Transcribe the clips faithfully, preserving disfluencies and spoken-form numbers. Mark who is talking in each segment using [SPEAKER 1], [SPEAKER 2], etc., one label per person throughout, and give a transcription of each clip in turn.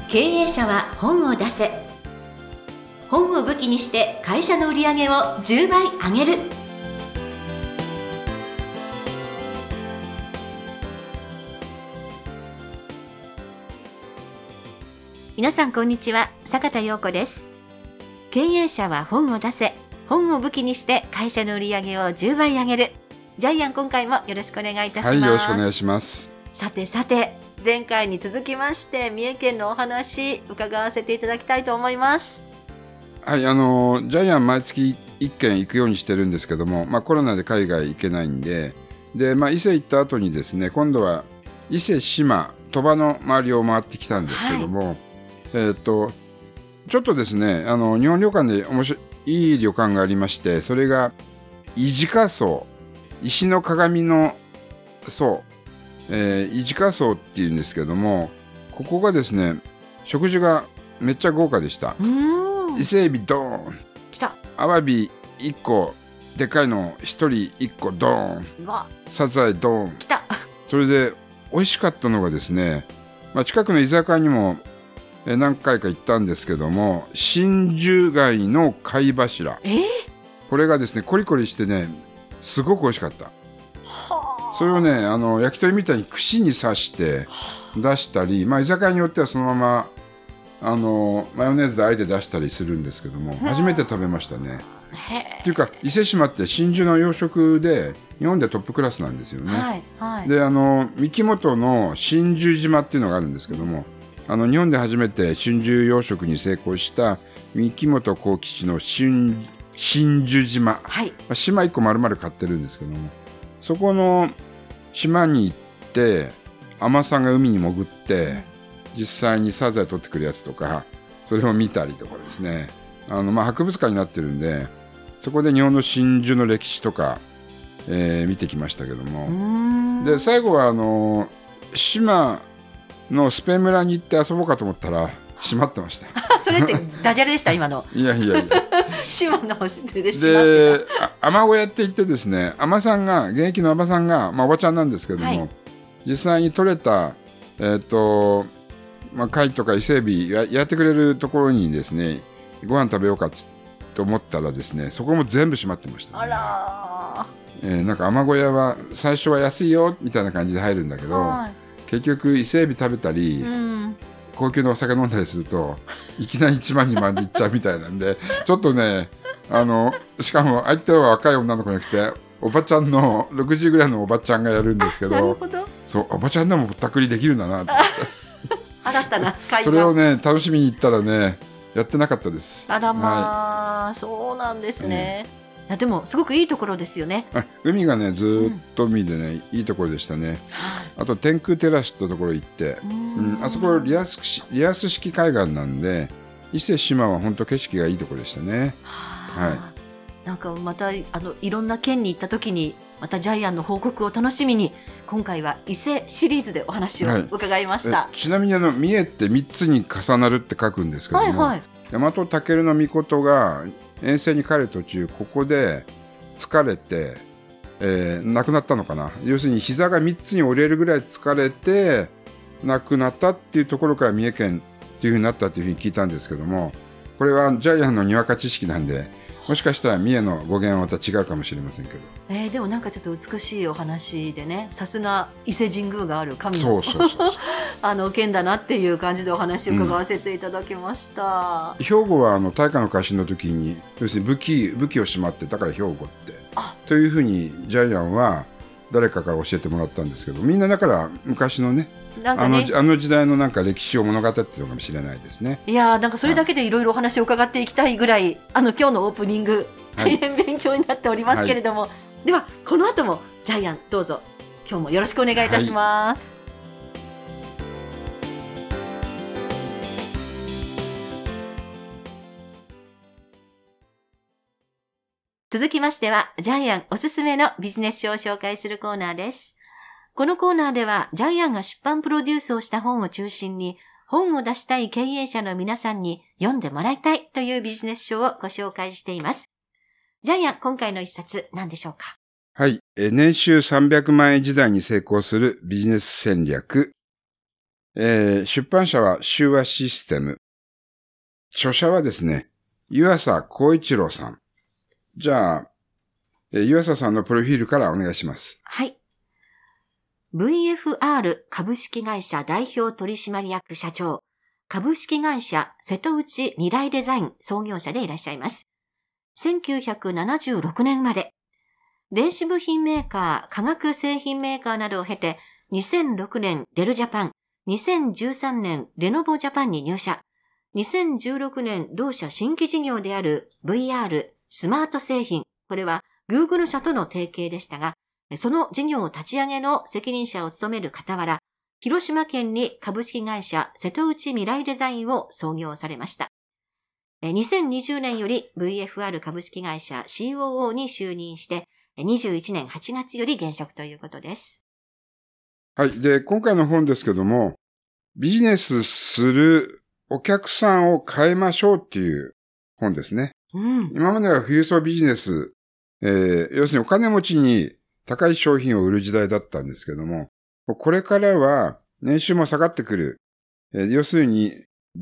[SPEAKER 1] 経営者は本を出せ。本を武器にして会社の売り上げをじゅうばい上げる。皆さんこんにちは、坂田陽子です。経営者は本を出せ。本を武器にして会社の売り上げをじゅうばい上げる。ジャイアン、今回もよろしくお願いいたします。
[SPEAKER 2] はい、よろしくお願いします。
[SPEAKER 1] さてさて、前回に続きまして三重県のお話伺わせていただきたいと思います。
[SPEAKER 2] はい、あのジャイアン毎月いっけん行くようにしてるんですけども、まあ、コロナで海外行けないんで、で、まあ、伊勢行った後にですね、今度は伊勢志摩鳥羽の周りを回ってきたんですけども、はい、えー、っとちょっとですね、あの日本旅館で面白いい旅館がありまして、それが伊地下荘、石の鏡の荘、えー、伊地下荘っていうんですけども、ここがですね、食事がめっちゃ豪華でした。
[SPEAKER 1] うーん、
[SPEAKER 2] 伊勢海老ドーン、
[SPEAKER 1] 来た。
[SPEAKER 2] アワビいっこ、でかいのひとりいっこドーン、
[SPEAKER 1] うわ、
[SPEAKER 2] サザエドーン、
[SPEAKER 1] 来た。
[SPEAKER 2] それで美味しかったのがですね、まあ、近くの居酒屋にも何回か行ったんですけども、真珠貝の貝柱、
[SPEAKER 1] えー、
[SPEAKER 2] これがですねコリコリしてね、すごく美味しかった。
[SPEAKER 1] はあ、
[SPEAKER 2] それをね、あの焼き鳥みたいに串に刺して出したり、まあ、居酒屋によってはそのままあのマヨネーズであえて出したりするんですけども、初めて食べましたね。っていうか、伊勢志摩って真珠の養殖で日本でトップクラスなんですよね。
[SPEAKER 1] はいはい、
[SPEAKER 2] で、あの三木本の真珠島っていうのがあるんですけども、あの日本で初めて真珠養殖に成功した三木本幸吉の真真珠島、
[SPEAKER 1] はい、
[SPEAKER 2] まあ、島いっこ丸々買ってるんですけども、そこの島に行って海女さんが海に潜って実際にサザエ取ってくるやつとか、それを見たりとかですね、あの、まあ、博物館になってるんで、そこで日本の真珠の歴史とか、えー、見てきましたけども、で最後はあの島のスペン村に行って遊ぼうかと思ったら閉まってました。
[SPEAKER 1] それってダジャレでした今の。
[SPEAKER 2] いやいやいや
[SPEAKER 1] 島の星で閉まってた。
[SPEAKER 2] で、海女小屋って言ってですね、海女さんが、現役の海女さんが、まあ、おばちゃんなんですけども、はい、実際に取れた、えーとまあ、貝とか伊勢海老 や, やってくれるところにですね、ご飯食べようかと思ったらですね、そこも全部閉まってましたね。
[SPEAKER 1] あら
[SPEAKER 2] ー、えー、なんか海女小屋は最初は安いよみたいな感じで入るんだけど、はい、結局伊勢海老食べたり、うん、高級なお酒飲んだりするといきなりいちまんにまんでいっちゃうみたいなんでちょっとね、あのしかも相手は若い女の子じゃなくておばちゃんのろくじゅうぐらいのおばちゃんがやるんですけ ど,
[SPEAKER 1] なるほど、
[SPEAKER 2] そう、おばちゃんでもぼったくりできるんだなと思って
[SPEAKER 1] 新たな会話、
[SPEAKER 2] それをね楽しみに行ったらね、やってなかったです。
[SPEAKER 1] あらまあ、はい、そうなんですね、えーいやでもすごくいいところですよね。
[SPEAKER 2] 海がねずっと海でね、うん、いいところでしたね。あと天空テラスってところ行って、うんうん、あそこリアスリアス式海岸なんで、伊勢志摩は本当景色がいいところでしたね。は、はい、
[SPEAKER 1] なんかまたあのいろんな県に行った時にまたジャイアンの報告を楽しみに、今回は伊勢シリーズでお話を伺いました。
[SPEAKER 2] はい、ちなみにあの三重ってみっつに重なるって書くんですけども、はいはい、大和尊の命が遠征に帰る途中、ここで疲れて、えー、亡くなったのかな。要するに膝がみっつに折れるぐらい疲れて亡くなったっていうところから三重県っていう風になったっていう風に聞いたんですけども、これはジャイアンのにわか知識なんで、もしかしたら三重の語源はまた違うかもしれませんけど、
[SPEAKER 1] えー、でもなんかちょっと美しいお話でね、さすが伊勢神宮がある神の
[SPEAKER 2] そうそうそう
[SPEAKER 1] あの県だなっていう感じでお話を伺わせていただきました。
[SPEAKER 2] うん、兵庫はあの大化の改新の時に要するに武器武器をしまって、だから兵庫ってというふうにジャイアンは誰かから教えてもらったんですけど、みんなだから昔のね、なんかね、あの、あの時代のなんか歴史を物語ってるのかもしれないですね。
[SPEAKER 1] いやー、なんかそれだけでいろいろお話を伺っていきたいぐらい、あの今日のオープニング、はい、大変勉強になっておりますけれども、はい、ではこの後もジャイアンどうぞ今日もよろしくお願いいたします。はい、続きましてはジャイアンおすすめのビジネス書を紹介するコーナーです。このコーナーではジャイアンが出版プロデュースをした本を中心に、本を出したい経営者の皆さんに読んでもらいたいというビジネス書をご紹介しています。ジャイアン、今回の一冊何でしょうか？
[SPEAKER 2] はい、え年収さんびゃくまんえん時代に成功するビジネス戦略、 えー、出版社は修和システム。著者はですね、湯浅光一郎さん。じゃあ、えー、湯浅さんのプロフィールからお願いします。
[SPEAKER 1] はい。ブイエフアール 株式会社代表取締役社長、株式会社瀬戸内未来デザイン創業者でいらっしゃいます。せんきゅうひゃくななじゅうろくねん生まれ。電子部品メーカー、化学製品メーカーなどを経て、にせんろくねんデルジャパン、にせんじゅうさんねんレノボジャパンに入社。にせんじゅうろくねん同社新規事業である ブイアール スマート製品。これは Google 社との提携でしたが、その事業を立ち上げの責任者を務める傍ら、広島県に株式会社瀬戸内未来デザインを創業されました。にせんにじゅうねんより ブイエフアール 株式会社 シーオーオー に就任して、にじゅういちねんはちがつより現職ということです。
[SPEAKER 2] はい。で、今回の本ですけども、ビジネスするお客さんを変えましょうっていう本ですね。
[SPEAKER 1] うん、
[SPEAKER 2] 今までは富裕層ビジネス、えー、要するにお金持ちに高い商品を売る時代だったんですけども、これからは年収も下がってくる。えー、要するに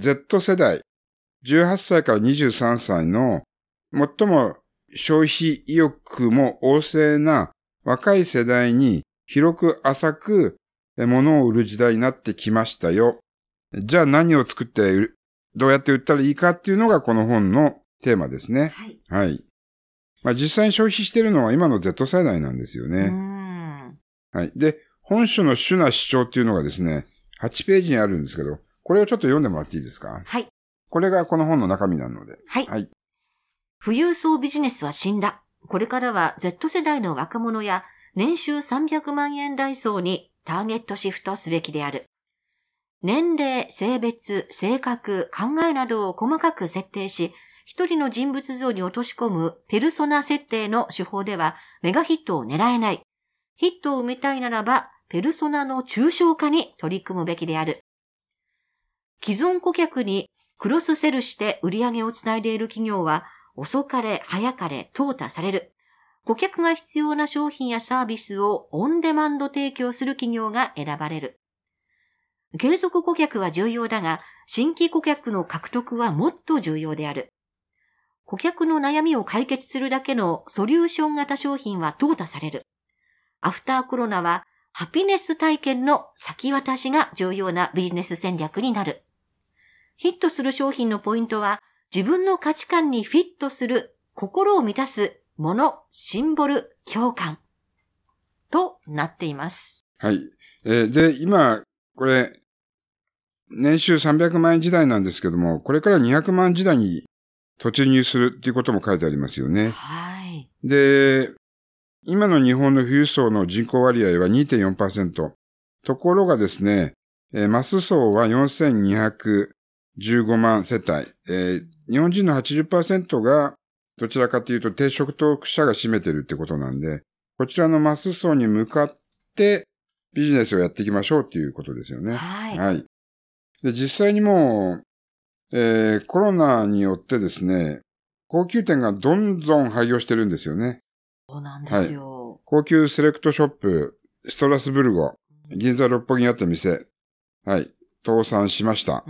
[SPEAKER 2] Z 世代、じゅうはっさいからにじゅうさんさいの最も消費意欲も旺盛な若い世代に広く浅く物を売る時代になってきましたよ。じゃあ何を作ってどうやって売ったらいいかっていうのがこの本のテーマですね。
[SPEAKER 1] はい。
[SPEAKER 2] はい。まあ実際に消費しているのは今の Z 世代なんですよね。
[SPEAKER 1] うーん。
[SPEAKER 2] はい。で、本書の主な主張っていうのがですね、はちページにあるんですけど、これをちょっと読んでもらっていいですか？
[SPEAKER 1] はい。
[SPEAKER 2] これがこの本の中身なので。
[SPEAKER 1] はい。
[SPEAKER 2] はい。
[SPEAKER 1] 富裕層ビジネスは死んだ。これからは Z 世代の若者や年収さんびゃくまんえん台層にターゲットシフトすべきである。年齢、性別、性格、考えなどを細かく設定し、一人の人物像に落とし込むペルソナ設定の手法ではメガヒットを狙えない。ヒットを埋めたいならば、ペルソナの抽象化に取り組むべきである。既存顧客にクロスセルして売り上げをつないでいる企業は、遅かれ早かれ淘汰される。顧客が必要な商品やサービスをオンデマンド提供する企業が選ばれる。継続顧客は重要だが、新規顧客の獲得はもっと重要である。顧客の悩みを解決するだけのソリューション型商品は淘汰される。アフターコロナはハピネス体験の先渡しが重要なビジネス戦略になる。ヒットする商品のポイントは自分の価値観にフィットする心を満たすもの、シンボル、共感となっています。
[SPEAKER 2] はい。えー、で、今、これ、年収さんびゃくまんえん時代なんですけども、これからにひゃくまん時代に突入するっていうことも書いてありますよね。
[SPEAKER 1] はい。
[SPEAKER 2] で、今の日本の富裕層の人口割合は にてんよんパーセント。ところがですね、えー、マス層はよんせんにひゃくじゅうごまん世帯。えー、日本人の はちじゅっパーセント がどちらかというと低所得者が占めてるってことなんで、こちらのマス層に向かってビジネスをやっていきましょうっていうことですよね。
[SPEAKER 1] はい。
[SPEAKER 2] はい。で、実際にもう、えー、コロナによってですね、高級店がどんどん廃業してるんですよね。
[SPEAKER 1] そうなんですよ。
[SPEAKER 2] はい、高級セレクトショップ、ストラスブルゴ、銀座六本木にあった店、はい、倒産しました。
[SPEAKER 1] うん、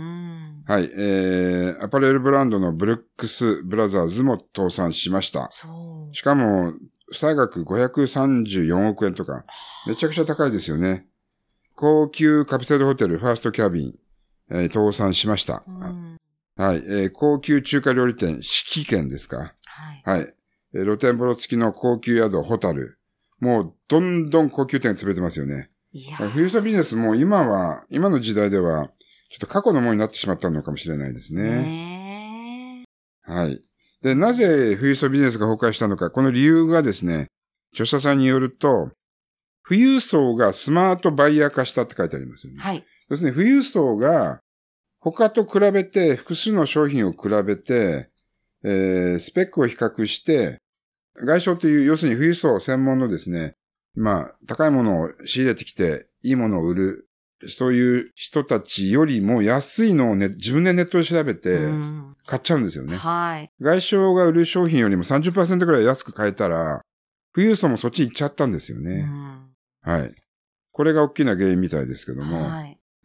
[SPEAKER 2] はい、えー、アパレルブランドのブルックスブラザーズも倒産しました。
[SPEAKER 1] そう。
[SPEAKER 2] しかも、負債額ごひゃくさんじゅうよんおくえんとか、めちゃくちゃ高いですよね。高級カプセルホテル、ファーストキャビン、えー、倒産しました。うん、はい、えー、高級中華料理店、四季軒ですか。はい。はい。えー、露天風呂付きの高級宿、ホタル。もう、どんどん高級店が潰れてますよね。
[SPEAKER 1] いや
[SPEAKER 2] 富裕層ビジネスも今は、今の時代では、ちょっと過去のものになってしまったのかもしれないですね。
[SPEAKER 1] ね
[SPEAKER 2] はい。で、なぜ富裕層ビジネスが崩壊したのか、この理由がですね、著者さんによると、富裕層がスマートバイヤー化したって書いてありますよね。
[SPEAKER 1] はい。
[SPEAKER 2] 要するに富裕層が他と比べて、複数の商品を比べて、えー、スペックを比較して、外商という、要するに富裕層専門のですね、まあ、高いものを仕入れてきて、いいものを売る、そういう人たちよりも安いのをね、自分でネットで調べて、買っちゃうんですよね。
[SPEAKER 1] はい。
[SPEAKER 2] 外商が売る商品よりも さんじゅっパーセント くらい安く買えたら、富裕層もそっち行っちゃったんですよね。はい。これが大きな原因みたいですけども。はい。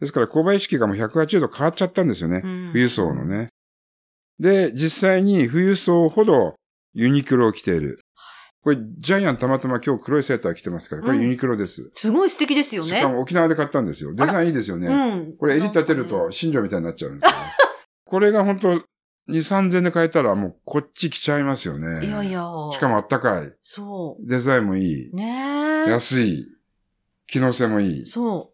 [SPEAKER 2] ですから購買意識がもうひゃくはちじゅうど変わっちゃったんですよね。
[SPEAKER 1] うん、
[SPEAKER 2] 富裕層のね。で、実際に富裕層ほどユニクロを着ている。これ、ジャイアンたまたま今日黒いセーター着てますから、これユニクロです。うん、
[SPEAKER 1] すごい素敵ですよね。
[SPEAKER 2] しかも沖縄で買ったんですよ。デザインいいですよね。うん、これ襟立てると新庄みたいになっちゃうんですよ、ね。これが本当に、さんぜんえんで買えたらもうこっち着ちゃいますよね。
[SPEAKER 1] いやいや。
[SPEAKER 2] しかもあったかい。
[SPEAKER 1] そう。
[SPEAKER 2] デザインもいい。
[SPEAKER 1] ねえ。
[SPEAKER 2] 安い。機能性もいい。
[SPEAKER 1] そう。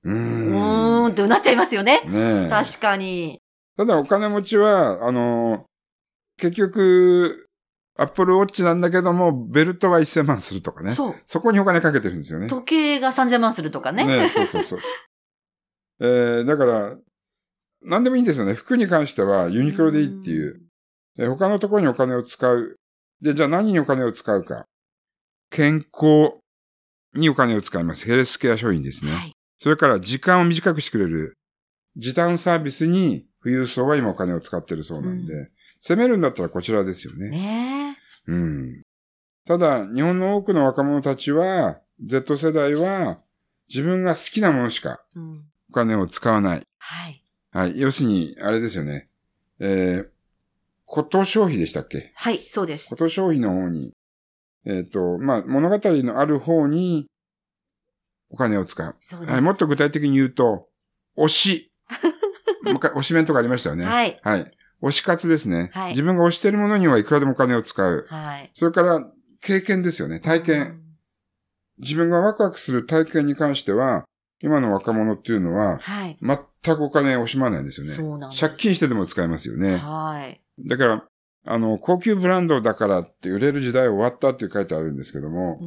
[SPEAKER 2] うーん。
[SPEAKER 1] うーんってなっちゃいますよね。
[SPEAKER 2] ねえ。
[SPEAKER 1] 確かに。
[SPEAKER 2] ただお金持ちは、あの、結局、アップルウォッチなんだけども、ベルトはせんまんするとかね。そう。そこにお金かけてるんですよね。
[SPEAKER 1] 時計がさんぜんまんするとかね。
[SPEAKER 2] ね、そうそうそう。えー、だから、何でもいいんですよね。服に関してはユニクロでいいっていう。う他のところにお金を使う。で、じゃあ何にお金を使うか。健康にお金を使います。ヘルスケア商品ですね。はい、それから時間を短くしてくれる。時短サービスに富裕層は今お金を使ってるそうなんで、うん、攻めるんだったらこちらですよね。
[SPEAKER 1] ね
[SPEAKER 2] え。うん。ただ、日本の多くの若者たちは、Z 世代は、自分が好きなものしか、お金を使わない。うん、はい。はい。要するに、あれですよね。えー、こと消費でしたっけ？
[SPEAKER 1] はい、そうです。
[SPEAKER 2] こと消費の方に、えっと、まあ、物語のある方に、お金を使う。そうです。はい。もっと具体的に言うと、推し。推しメンとかありましたよね。はい。はい。推し活ですね。はい。自分が推しているものにはいくらでもお金を使う。はい。それから、経験ですよね。体験。うん、自分がワクワクする体験に関しては、今の若者っていうのは、はい。全くお金を惜しまないんですよね。そうなんです。借金してでも使えますよね。はい。だから、あの、高級ブランドだからって売れる時代終わったって書いてあるんですけども、うん、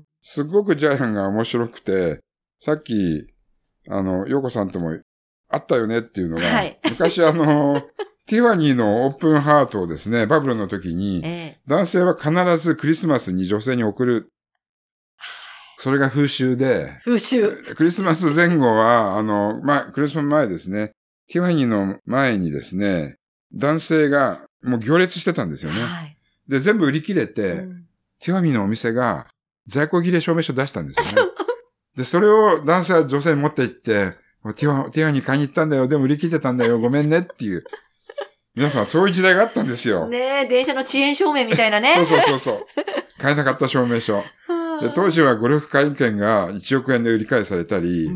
[SPEAKER 2] すごくジャイアンが面白くて、さっき、あの、ヨコさんともあったよねっていうのが、はい、昔あの、ティファニーのオープンハートをですね、バブルの時に、ええ、男性は必ずクリスマスに女性に送る。それが風習で、
[SPEAKER 1] 風習。
[SPEAKER 2] クリスマス前後は、あの、まあ、クリスマス前ですね、ティファニーの前にですね、男性がもう行列してたんですよね。はい、で、全部売り切れて、うん、ティファニーのお店が在庫切れ証明書出したんですよね。で、それを男性は女性に持って行って、ティファ、ティファニー買いに行ったんだよ、でも売り切れてたんだよ、ごめんねっていう。皆さんそういう時代があったんですよ。
[SPEAKER 1] ねえ、電車の遅延証明みたいなね。
[SPEAKER 2] そうそうそうそう。買えなかった証明書。で当時はゴルフ会員券がいちおくえんで売り買いされたり、うん、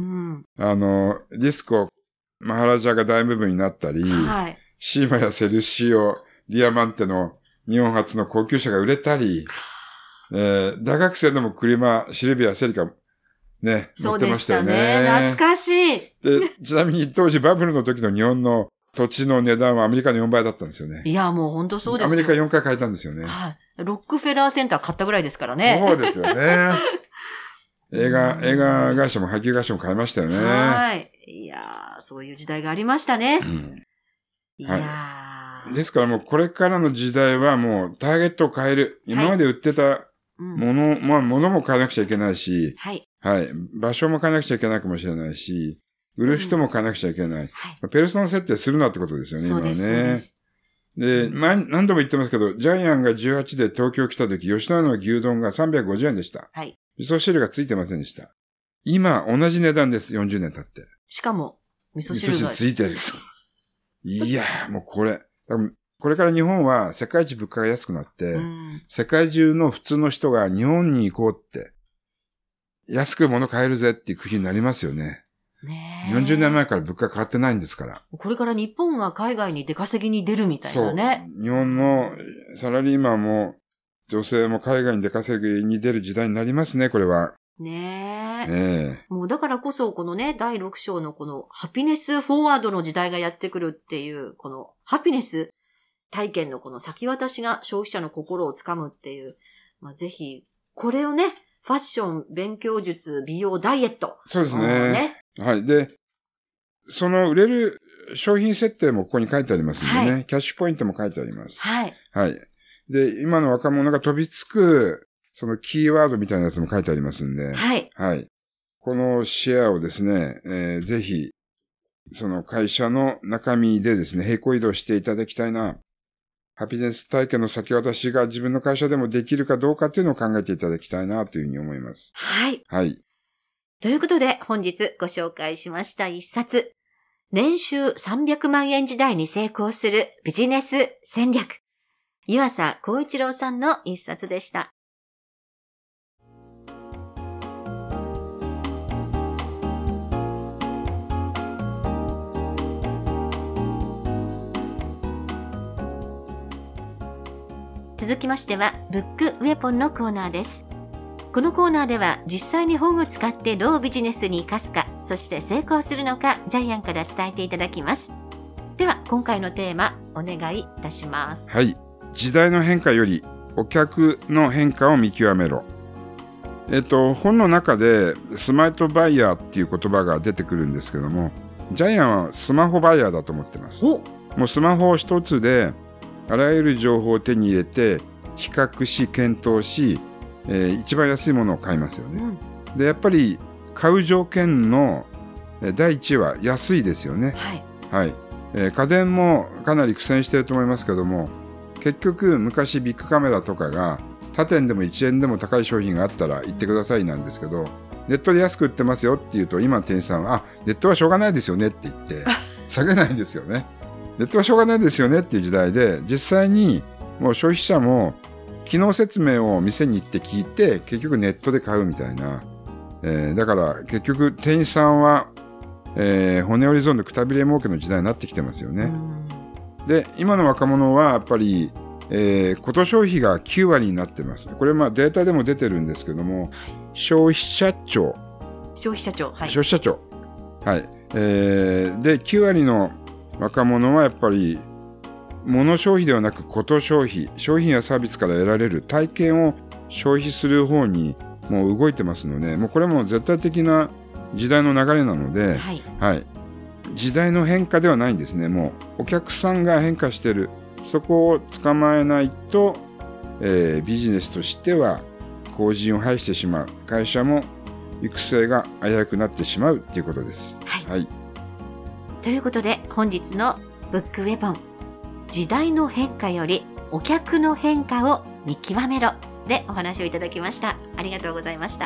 [SPEAKER 2] あの、ディスコ、マハラジャが大部分になったり、はい、シーマやセルシオ、ディアマンテの日本初の高級車が売れたり、えー、大学生でも車、シルビア、セリカ、ね、乗ってましたよね。
[SPEAKER 1] そうでしたね。懐かしい。
[SPEAKER 2] で、ちなみに当時バブルの時の日本の土地の値段はアメリカのよんばいだったんですよね。
[SPEAKER 1] いや、もう本当そうですよ。
[SPEAKER 2] アメリカよんかい買えたんですよね。
[SPEAKER 1] はい。ロックフェラーセンター買ったぐらいですからね。
[SPEAKER 2] そうですよね。映画、映画会社も配給会社も買いましたよね。
[SPEAKER 1] はい。いやー、そういう時代がありましたね。うん。
[SPEAKER 2] いやー、はい。ですからもうこれからの時代はもうターゲットを変える。今まで売ってたもの、はい、まあ物も変えなくちゃいけないし、はい。はい。場所も変えなくちゃいけないかもしれないし、売る人も変えなくちゃいけない。うん、はい。ペルソナ設定するなってことですよね、今はね。そうです。で、ま、何度も言ってますけど、ジャイアンがじゅうはちで東京来た時、吉野の牛丼がさんびゃくごじゅうえんでした。はい。味噌汁がついてませんでした。今、同じ値段です。よんじゅうねん経って。
[SPEAKER 1] しかも、味噌汁が。
[SPEAKER 2] 味噌汁ついてる。いやー、もうこれ。これから日本は世界一物価が安くなって、うん、世界中の普通の人が日本に行こうって、安く物買えるぜっていう国になりますよね。ねえ。よんじゅうねんまえから物価変わってないんですから。
[SPEAKER 1] これから日本が海外に出稼ぎに出るみたいなね。
[SPEAKER 2] そう。日本のサラリーマンも女性も海外に出稼ぎに出る時代になりますね、これは。
[SPEAKER 1] ねえ。ねえ。もうだからこそこのね、だいろく章のこのハピネスフォワードの時代がやってくるっていう、このハピネス体験のこの先渡しが消費者の心をつかむっていう、まあ、ぜひ、これをね、ファッション、勉強術、美容、ダイエット。
[SPEAKER 2] そうですね。ねはい。で、その売れる商品設定もここに書いてありますんでね、はい、キャッシュポイントも書いてあります。はい。はい。で、今の若者が飛びつく、そのキーワードみたいなやつも書いてありますんで、はい。はい。このシェアをですね、えー、ぜひ、その会社の中身でですね、並行移動していただきたいな。ハピネス体験の先渡しが自分の会社でもできるかどうかっていうのを考えていただきたいなというふうに思います。
[SPEAKER 1] はい。
[SPEAKER 2] はい。
[SPEAKER 1] ということで、本日ご紹介しました一冊、 年収さんびゃくまんえん時代に成功するビジネス戦略。湯浅光一郎さんの一冊でした。続きましては、ブックウェポンのコーナーです。このコーナーでは、実際に本を使ってどうビジネスに生かすか、そして成功するのか、ジャイアンから伝えていただきます。では、今回のテーマ、お願いいたします。
[SPEAKER 2] はい。時代の変化より、お客の変化を見極めろ。えっと、本の中で、スマートバイヤーっていう言葉が出てくるんですけども、ジャイアンはスマホバイヤーだと思ってます。もうスマホ一つで、あらゆる情報を手に入れて、比較し、検討し、えー、一番安いものを買いますよね。うん、で、やっぱり買う条件の第一は安いですよね。はい。はい。えー、家電もかなり苦戦していると思いますけども、結局昔ビッグカメラとかが他店でもいちえんでも高い商品があったら言ってくださいなんですけど、ネットで安く売ってますよって言うと、今の店員さんは、あ、ネットはしょうがないですよねって言って下げないんですよね。ネットはしょうがないですよねっていう時代で、実際にもう消費者も機能説明を店に行って聞いて、結局ネットで買うみたいな。えー、だから結局店員さんは、えー、骨折り損でくたびれ儲けの時代になってきてますよね。で、今の若者はやっぱり、えー、コト消費がきゅうわりになってます。これまあデータでも出てるんですけども、消費者庁。
[SPEAKER 1] 消費者庁。はい。
[SPEAKER 2] 消費者庁。はい。えー、で、きゅうわりの若者はやっぱり物消費ではなくコト消費、商品やサービスから得られる体験を消費する方にもう動いてますので、もうこれも絶対的な時代の流れなので、はいはい、時代の変化ではないんですね。もうお客さんが変化してる、そこを捕まえないと、えー、ビジネスとしては後塵を拝してしまう、会社も行く末が危うくなってしまうということです。はいはい、
[SPEAKER 1] ということで本日のブックウェポン、時代の変化よりお客の変化を見極めろでお話をいただきました。ありがとうございました。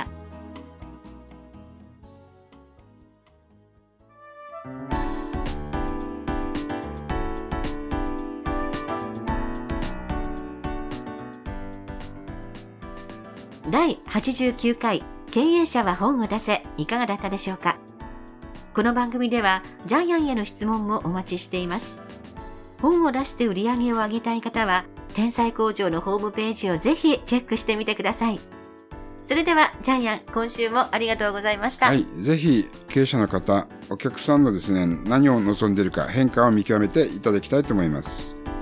[SPEAKER 1] だいはちじゅうきゅうかい経営者は本を出せ、いかがだったでしょうか。この番組ではジャイアンへの質問もお待ちしています。本を出して売り上げを上げたい方は天才工場のホームページをぜひチェックしてみてください。それではジャイアン、今週もありがとうございました。
[SPEAKER 2] はい、ぜひ経営者の方、お客さんのですね、何を望んでいるか変化を見極めていただきたいと思います。